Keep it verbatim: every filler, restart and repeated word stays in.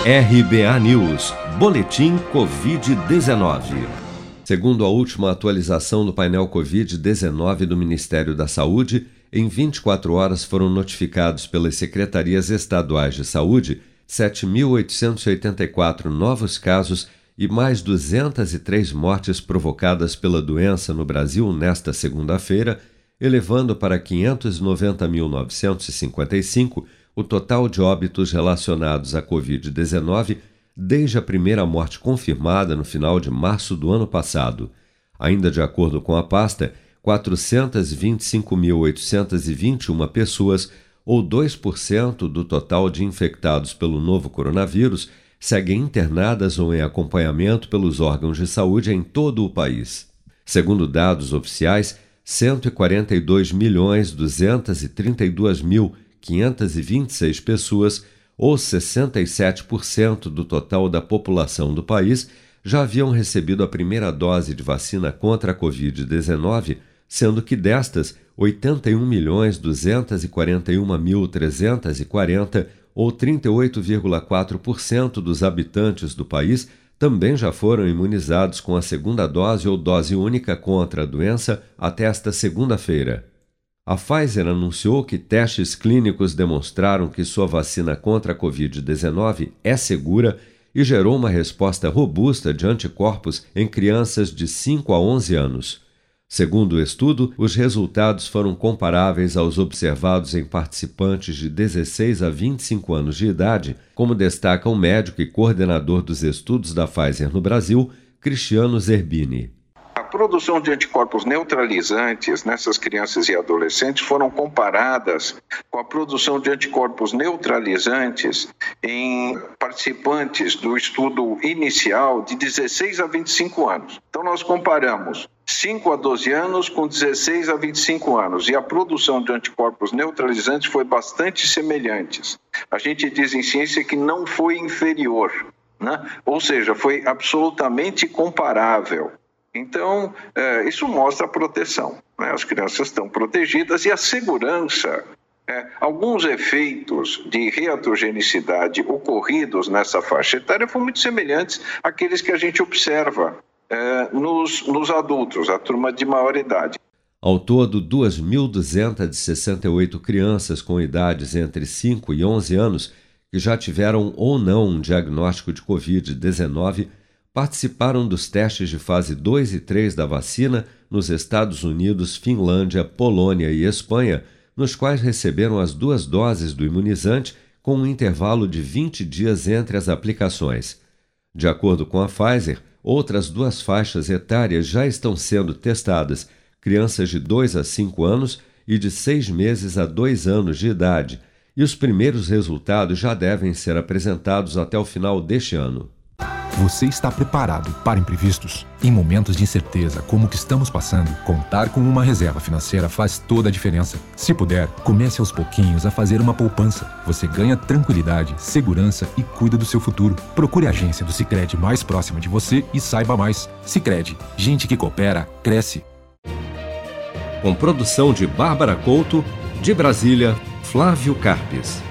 R B A News, Boletim covid dezenove. Segundo a última atualização do painel covid dezenove do Ministério da Saúde, em vinte e quatro horas foram notificados pelas secretarias estaduais de saúde sete mil oitocentos e oitenta e quatro novos casos e mais duzentas e três mortes provocadas pela doença no Brasil nesta segunda-feira, elevando para quinhentos e noventa mil novecentos e cinquenta e cinco o total de óbitos relacionados à covid dezenove desde a primeira morte confirmada no final de março do ano passado. Ainda de acordo com a pasta, quatrocentos e vinte e cinco mil oitocentos e vinte e uma pessoas, ou dois por cento do total de infectados pelo novo coronavírus, seguem internadas ou em acompanhamento pelos órgãos de saúde em todo o país. Segundo dados oficiais, cento e quarenta e dois milhões duzentos e trinta e dois mil quinhentos e vinte e seis pessoas, ou sessenta e sete por cento do total da população do país, já haviam recebido a primeira dose de vacina contra a covid dezenove, sendo que destas, oitenta e um milhões duzentos e quarenta e um mil trezentos e quarenta, ou trinta e oito vírgula quatro por cento dos habitantes do país, também já foram imunizados com a segunda dose ou dose única contra a doença até esta segunda-feira. A Pfizer anunciou que testes clínicos demonstraram que sua vacina contra a covid dezenove é segura e gerou uma resposta robusta de anticorpos em crianças de cinco a onze anos. Segundo o estudo, os resultados foram comparáveis aos observados em participantes de dezesseis a vinte e cinco anos de idade, como destaca o médico e coordenador dos estudos da Pfizer no Brasil, Cristiano Zerbini. A produção de anticorpos neutralizantes nessas crianças e adolescentes foram comparadas com a produção de anticorpos neutralizantes em participantes do estudo inicial de dezesseis a vinte e cinco anos. Então nós comparamos cinco a doze anos com dezesseis a vinte e cinco anos e a produção de anticorpos neutralizantes foi bastante semelhante. A gente diz em ciência que não foi inferior, né? Ou seja, foi absolutamente comparável. Então, é, isso mostra a proteção, né? As crianças estão protegidas e a segurança. É, alguns efeitos de reatogenicidade ocorridos nessa faixa etária foram muito semelhantes àqueles que a gente observa é, nos, nos adultos, a turma de maior idade. Ao todo, duas mil duzentas e sessenta e oito crianças com idades entre cinco e onze anos que já tiveram ou não um diagnóstico de covid dezenove participaram dos testes de fase dois e três da vacina nos Estados Unidos, Finlândia, Polônia e Espanha, nos quais receberam as duas doses do imunizante com um intervalo de vinte dias entre as aplicações. De acordo com a Pfizer, outras duas faixas etárias já estão sendo testadas, crianças de dois a cinco anos e de seis meses a dois anos de idade, e os primeiros resultados já devem ser apresentados até o final deste ano. Você está preparado para imprevistos? Em momentos de incerteza como o que estamos passando, contar com uma reserva financeira faz toda a diferença. Se puder, comece aos pouquinhos a fazer uma poupança. Você ganha tranquilidade, segurança e cuida do seu futuro. Procure a agência do Sicredi mais próxima de você e saiba mais. Sicredi, gente que coopera, cresce. Com produção de Bárbara Couto, de Brasília, Flávio Carpes.